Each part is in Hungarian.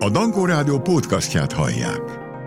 A Dankó Rádió podcastját hallják.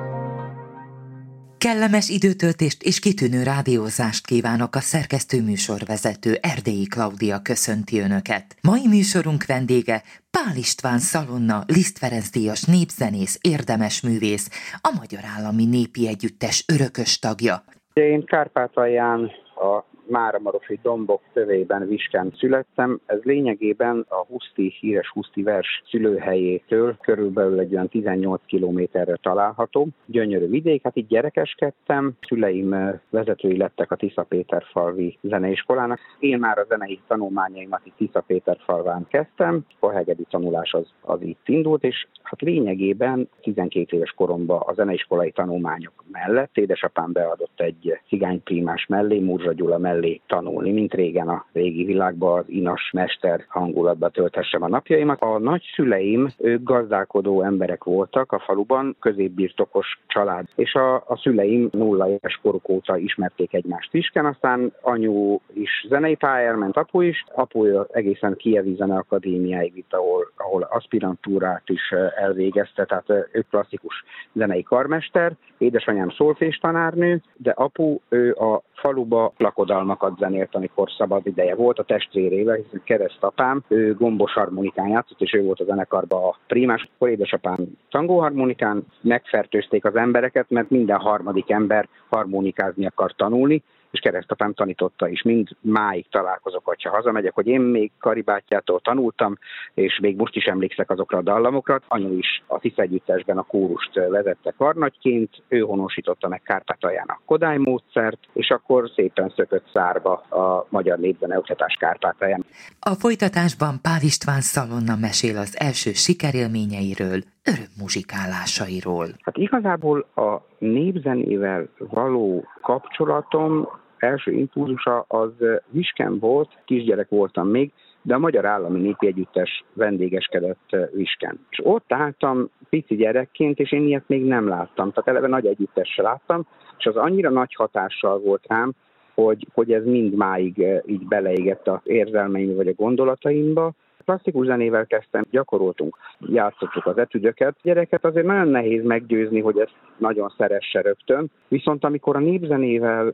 Kellemes időtöltést és kitűnő rádiózást kívánok, a szerkesztő műsorvezető Erdélyi Klaudia köszönti Önöket. Mai műsorunk vendége Pál István Szalonna, Liszt Ferenc díjas népzenész, érdemes művész, a Magyar Állami Népi Együttes örökös tagja. Én Kárpátalján a Máramarosi dombok tövében Viskán születtem. Ez lényegében a Huszti, híres Huszti vers szülőhelyétől körülbelül egy olyan 18 kilométerre található. Gyönyörű vidék, hát itt gyerekeskedtem. Szüleim vezetői lettek a Tiszapéterfalvi zeneiskolának. Én már a zenei tanulmányaimat itt Tiszapéterfalván kezdtem. A hegedi tanulás az itt indult, és hát lényegében 12 éves koromban a zeneiskolai tanulmányok mellett édesapám beadott egy cigányprímás mellé, Murzsa Gyula mellé tanulni, mint régen a régi világban az inas mester hangulatba tölthessem a napjaimat. A nagyszüleim, ők gazdálkodó emberek voltak a faluban, középbirtokos család, és a szüleim 0 éves koruk óta ismerték egymást Viskán, aztán anyu is zenei pályára ment, apu is. Apu egészen Kijevi Zeneakadémiáig vitt, ahol aspirantúrát is elvégezte, tehát ő klasszikus zenei karmester, édesanyám szólfés tanárnő, de apu ő a faluba lakodalmakat zenélt, amikor szabad ideje volt a testvérével, hiszen keresztapám, ő gombos harmonikán játszott, és ő volt a zenekarban a prímás. Akkor édesapám tangóharmonikán, megfertőzték az embereket, mert minden harmadik ember harmonikázni akar tanulni, és keresztapám tanította is. Mind máig találkozok, hogyha hazamegyek, hogy én még Karibátyától tanultam, és még most is emlékszek azokra a dallamokra. Anyu is a Tisza együttesben a kórust vezette karnagyként, ő honosította meg Kárpátalján a Kodály módszert, és akkor szépen szökött szárba a magyar népzeneoktatás Kárpátalján. A folytatásban Pál István Szalonna mesél az első sikerélményeiről, örömmuzsikálásairól. Hát igazából a népzenével való kapcsolatom első impulzusa az Viskán volt, kisgyerek voltam még, de a Magyar Állami Népi Együttes vendégeskedett Viskán. És ott álltam pici gyerekként, és én ilyet még nem láttam. Tehát eleve nagy együttessel láttam, és az annyira nagy hatással volt rám, hogy ez mindmáig így beleégett az érzelmeimbe vagy a gondolataimba. Klasszikus zenével kezdtem, gyakoroltunk, játszottuk az etüdöket. Gyereket azért nagyon nehéz meggyőzni, hogy ezt nagyon szeresse rögtön. Viszont amikor a népzenével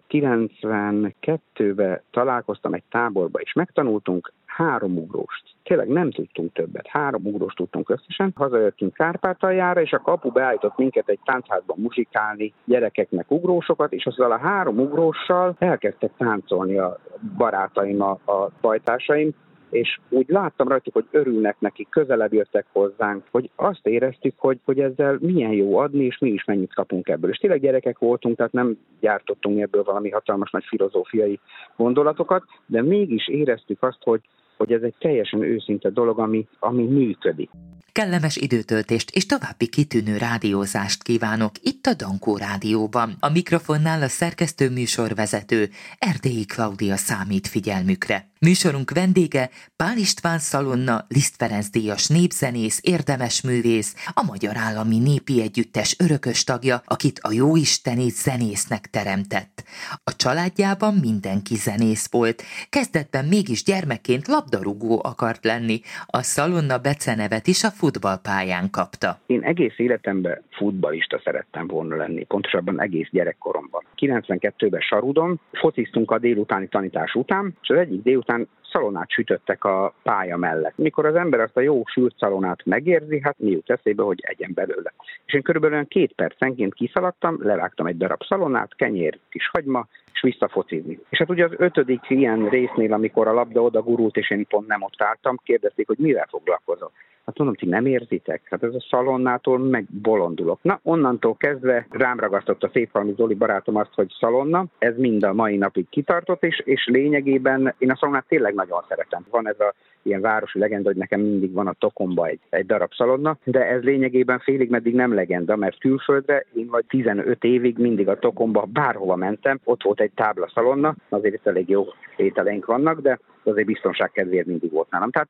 92-ben találkoztam egy táborba, és megtanultunk 3 ugróst. Tényleg nem tudtunk többet, 3 ugróst tudtunk összesen. Hazajöttünk Kárpátaljára, és a kapu beállított minket egy táncházban muzsikálni, gyerekeknek ugrósokat, és azzal a 3 ugróssal elkezdtek táncolni a barátaim, a bajtársaim, és úgy láttam rajtuk, hogy örülnek neki, közelebb jöttek hozzánk, hogy azt éreztük, hogy ezzel milyen jó adni, és mi is mennyit kapunk ebből. És tényleg gyerekek voltunk, tehát nem gyártottunk ebből valami hatalmas nagy filozófiai gondolatokat, de mégis éreztük azt, hogy ez egy teljesen őszinte dolog, ami működik. Kellemes időtöltést és további kitűnő rádiózást kívánok itt a Dankó Rádióban. A mikrofonnál a szerkesztő műsorvezető Erdélyi Klaudia számít figyelmükre. Műsorunk vendége Pál István Szalonna, Liszt Ferenc díjas népzenész, érdemes művész, a Magyar Állami Népi Együttes örökös tagja, akit a jóistenét zenésznek teremtett. A családjában mindenki zenész volt, kezdetben mégis gyermekként labdarúgó akart lenni, a Szalonna becenevet is a futballpályán kapta. Én egész életemben futballista szerettem volna lenni, pontosabban egész gyerekkoromban. 92-ben Sarudon fociztunk a délutáni tanítás után, és az egyik délután szalonnát sütöttek a pálya mellett. Mikor az ember azt a jó sült szalonnát megérzi, hát mi jut eszébe, hogy egyen belőle. És én körülbelül 2 percenként kiszaladtam, levágtam egy darab szalonnát, kenyér, kis hagyma, és visszafocizni. És hát ugye az 5. ilyen résznél, amikor a labda oda gurult, és én pont nem ott álltam, kérdezték, hogy mivel foglalkozol. Hát mondom, ti nem érzitek? Hát ez a szalonnától megbolondulok. Na, onnantól kezdve rám ragasztott a Székhalmi Zoli barátom azt, hogy szalonna. Ez mind a mai napig kitartott, és lényegében én a szalonnát tényleg nagyon szeretem. Van ez a ilyen városi legenda, hogy nekem mindig van a tokomba egy darab szalonna, de ez lényegében félig meddig nem legenda, mert külföldre én vagy 15 évig mindig a tokomba bárhova mentem, ott volt egy tábla szalonna, azért itt elég jó ételeink vannak, de azért biztonság kedvéért mindig volt nálam. Tehát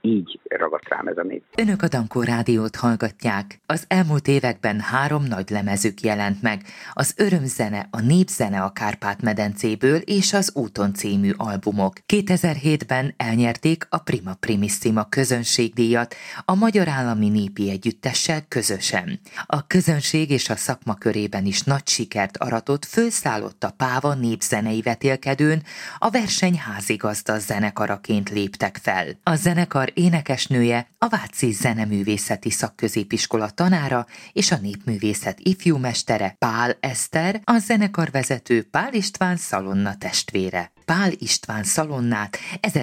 így ragadt rám ez a név. Önök a Dankó Rádiót hallgatják. Az elmúlt években 3 nagy lemezük jelent meg, az Örömzene, a Népzene a Kárpát-medencéből és az Úton című albumok. 2007-ben elnyerték a Prima Primissima közönségdíjat a Magyar Állami Népi Együttessel közösen. A közönség és a szakma körében is nagy sikert aratott, fölszállott a Páva népzenei vetélkedőn, a verseny házigazda zenekaraként léptek fel. A zenekar énekesnője, a Váci Zeneművészeti Szakközépiskola tanára és a népművészet ifjúmestere Pál Eszter, a zenekarvezető Pál István Szalonna testvére. Pál István Szalonnát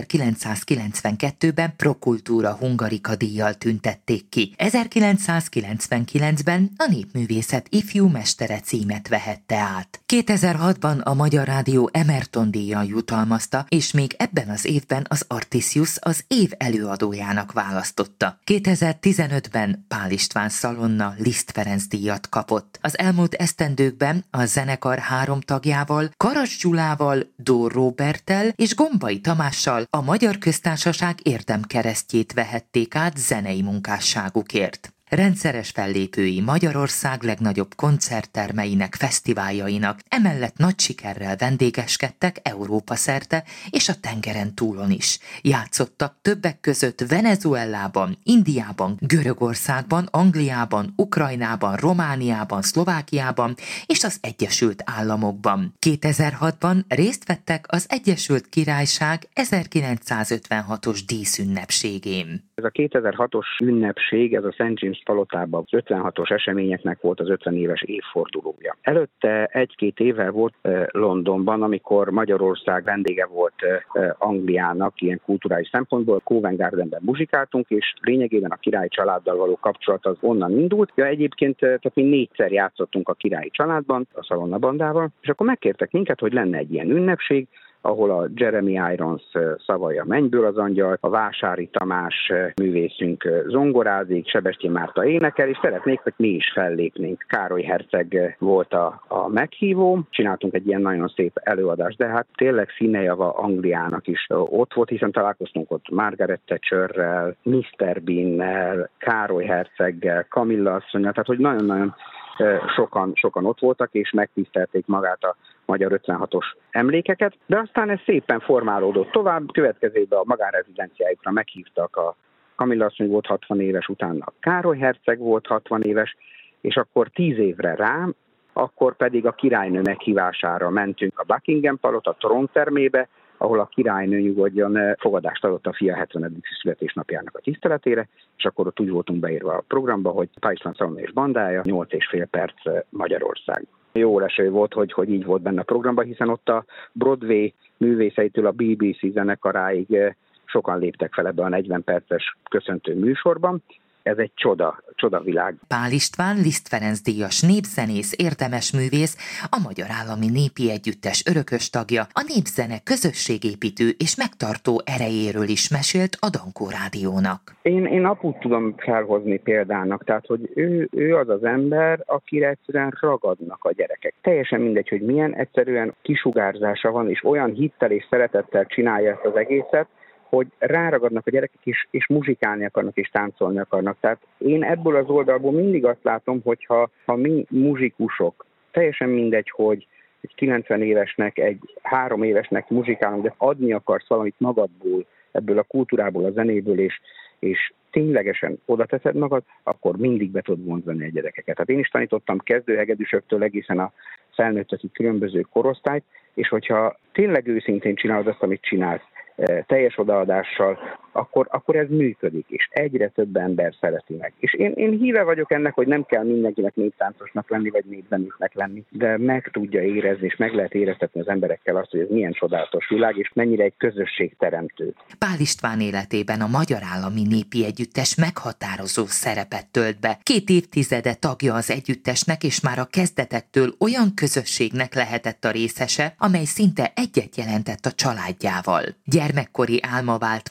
1992-ben Prokultúra Hungarika díjjal tüntették ki. 1999-ben a Népművészet ifjú mestere címet vehette át. 2006-ban a Magyar Rádió Emerton díjjal jutalmazta, és még ebben az évben az Artisius az év előadójának választotta. 2015-ben Pál István Szalonna Liszt Ferenc díjat kapott. Az elmúlt esztendőkben a zenekar 3 tagjával, Karas Gyulával, Dór Róberttel és Gombai Tamással a Magyar Köztársaság érdemkeresztjét vehették át zenei munkásságukért. Rendszeres fellépői Magyarország legnagyobb koncerttermeinek, fesztiváljainak, emellett nagy sikerrel vendégeskedtek Európa szerte és a tengeren túlon is. Játszottak többek között Venezuelában, Indiában, Görögországban, Angliában, Ukrajnában, Romániában, Szlovákiában és az Egyesült Államokban. 2006-ban részt vettek az Egyesült Királyság 1956-os díszünnepségén. Ez a 2006-os ünnepség, ez a Szent James palotában az 56-os eseményeknek volt az 50 éves évfordulója. Előtte 1-2 évvel volt Londonban, amikor Magyarország vendége volt Angliának ilyen kulturális szempontból. Covent Gardenben muzsikáltunk, és lényegében a királyi családdal való kapcsolat az onnan indult. Ja, egyébként tehát mi 4-szer játszottunk a királyi családban, a Szalonna bandával, és akkor megkértek minket, hogy lenne egy ilyen ünnepség, ahol a Jeremy Irons szavalja Mennyből az angyal, a Vásári Tamás művészünk zongorázik, Sebestyén Márta énekel, és szeretnék, hogy mi is fellépnénk. Károly herceg volt a meghívó, csináltunk egy ilyen nagyon szép előadást, de hát tényleg színejava Angliának is ott volt, hiszen találkoztunk ott Margaret Thatcherrel, Mr. Beannel, Károly herceggel, Kamilla asszonnyal, tehát hogy nagyon-nagyon sokan ott voltak, és megtisztelték magát a magyar 56-os emlékeket, de aztán ez szépen formálódott tovább, következőben a magánrezidenciájukra meghívtak a Kamilla asszony volt 60 éves, utána a Károly herceg volt 60 éves, és akkor 10 évre rá, akkor pedig a királynő meghívására mentünk a Buckingham Palota tróntermébe, ahol a királynő nyugodjon fogadást adott a fia 70. születésnapjának a tiszteletére, és akkor ott úgy voltunk beírva a programba, hogy Pál István Szalonna és bandája, 8,5 perc Magyarország. Jó eső volt, hogy így volt benne a programban, hiszen ott a Broadway művészeitől a BBC zenekaráig sokan léptek fel ebbe a 40 perces köszöntő műsorban. Ez egy csodavilág. Pál István Liszt Ferenc díjas népzenész, érdemes művész, a Magyar Állami Népi Együttes örökös tagja, a népzene közösségépítő és megtartó erejéről is mesélt a Dankó Rádiónak. Én aput tudom felhozni példának, tehát hogy ő az az ember, akire egyszerűen ragadnak a gyerekek. Teljesen mindegy, hogy milyen, egyszerűen kisugárzása van, és olyan hittel és szeretettel csinálja ezt az egészet, hogy ráragadnak a gyerekek és muzsikálni akarnak, és táncolni akarnak. Tehát én ebből az oldalból mindig azt látom, hogy ha mi muzsikusok, teljesen mindegy, hogy egy 90 évesnek, egy 3 évesnek muzsikálunk, de adni akarsz valamit magadból, ebből a kultúrából, a zenéből, és ténylegesen oda teszed magad, akkor mindig be tudod vonzani a gyerekeket. Tehát én is tanítottam kezdőhegedűsöktől egészen a felnőttekig különböző korosztályt, és hogyha tényleg őszintén csinálod azt, amit csinálsz, teljes odaadással, akkor ez működik, és egyre több ember szereti meg. És én híve vagyok ennek, hogy nem kell mindenkinek néptáncosnak lenni, vagy népzenésznek lenni, de meg tudja érezni, és meg lehet éreztetni az emberekkel azt, hogy ez milyen csodálatos világ, és mennyire egy közösségteremtő. Pál István életében a Magyar Állami Népi Együttes meghatározó szerepet tölt be. 2 évtizede tagja az együttesnek, és már a kezdetektől olyan közösségnek lehetett a részese, amely szinte egyet jelentett a családjával. Gyermekkori álma vált valóra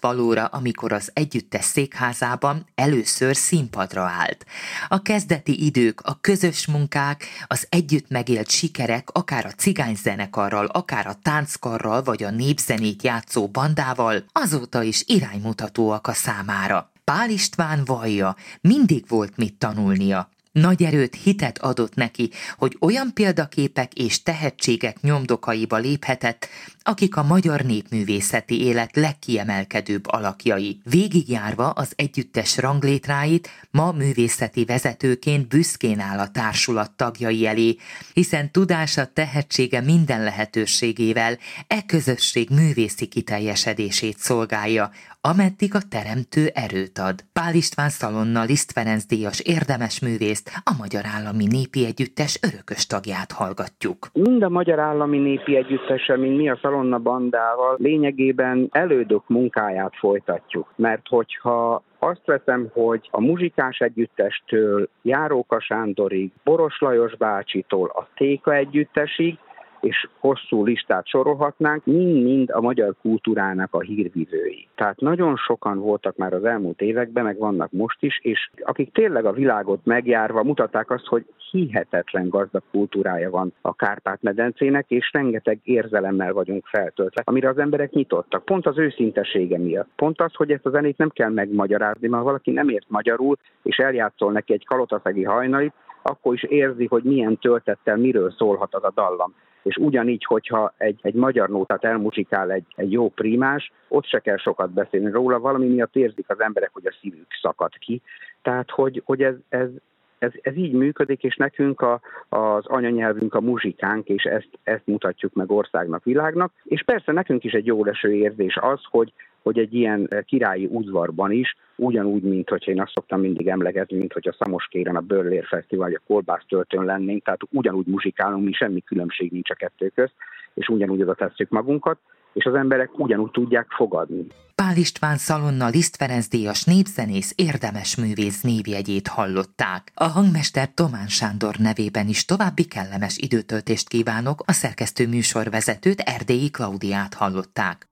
amikor az együttes székházában először színpadra állt. A kezdeti idők, a közös munkák, az együtt megélt sikerek, akár a cigányzenekarral, akár a tánckarral vagy a népzenét játszó bandával azóta is iránymutatóak a számára. Pál István vallja, mindig volt mit tanulnia. Nagy erőt, hitet adott neki, hogy olyan példaképek és tehetségek nyomdokaiba léphetett, akik a magyar népművészeti élet legkiemelkedőbb alakjai. Végigjárva az együttes ranglétráit, ma művészeti vezetőként büszkén áll a társulat tagjai elé, hiszen tudása, tehetsége minden lehetőségével közösség művészi kiteljesedését szolgálja, ameddig a teremtő erőt ad. Pál István Szalonna Liszt Ferenc díjas érdemes művészt, a Magyar Állami Népi Együttes örökös tagját hallgatjuk. Mind a Magyar Állami Népi Együttessel, mint mi a Szalonna bandával lényegében elődök munkáját folytatjuk. Mert hogyha azt veszem, hogy a muzsikás együttestől Járóka Sándorig, Boros Lajos bácsitól a Téka együttesig, és hosszú listát sorolhatnánk, mind-mind a magyar kultúrának a hírvivői. Tehát nagyon sokan voltak már az elmúlt években, meg vannak most is, és akik tényleg a világot megjárva mutatták azt, hogy hihetetlen gazdag kultúrája van a Kárpát-medencének, és rengeteg érzelemmel vagyunk feltöltve, amire az emberek nyitottak. Pont az őszintesége miatt. Pont az, hogy ezt a zenét nem kell megmagyarázni, mert valaki nem ért magyarul, és eljátszol neki egy kalotaszegi hajnalit, akkor is érzi, hogy milyen töltettel, miről szólhat az a dallam. És ugyanígy, hogyha egy magyar nótát elmuzsikál egy jó prímás, ott se kell sokat beszélni róla, valami miatt érzik az emberek, hogy a szívük szakad ki. Tehát, hogy ez így működik, és nekünk az anyanyelvünk a muzsikánk, és ezt mutatjuk meg országnak, világnak. És persze nekünk is egy jó leső érzés az, hogy egy ilyen királyi udvarban is, ugyanúgy, mint hogyha én azt szoktam mindig emlegetni, mint hogy a Szamoskéren a Böllér Fesztivál, vagy a Kolbásztöltőn lennénk, tehát ugyanúgy muzsikálunk, mi semmi különbség nincs a kettő közt, és ugyanúgy oda tesszük magunkat, és az emberek ugyanúgy tudják fogadni. Pál István Szalonna Liszt Ferenc díjas népzenész érdemes művész névjegyét hallották. A hangmester Tomán Sándor nevében is további kellemes időtöltést kívánok, a szerkesztő műsorvezetőt, Erdélyi Klaudiát hallották.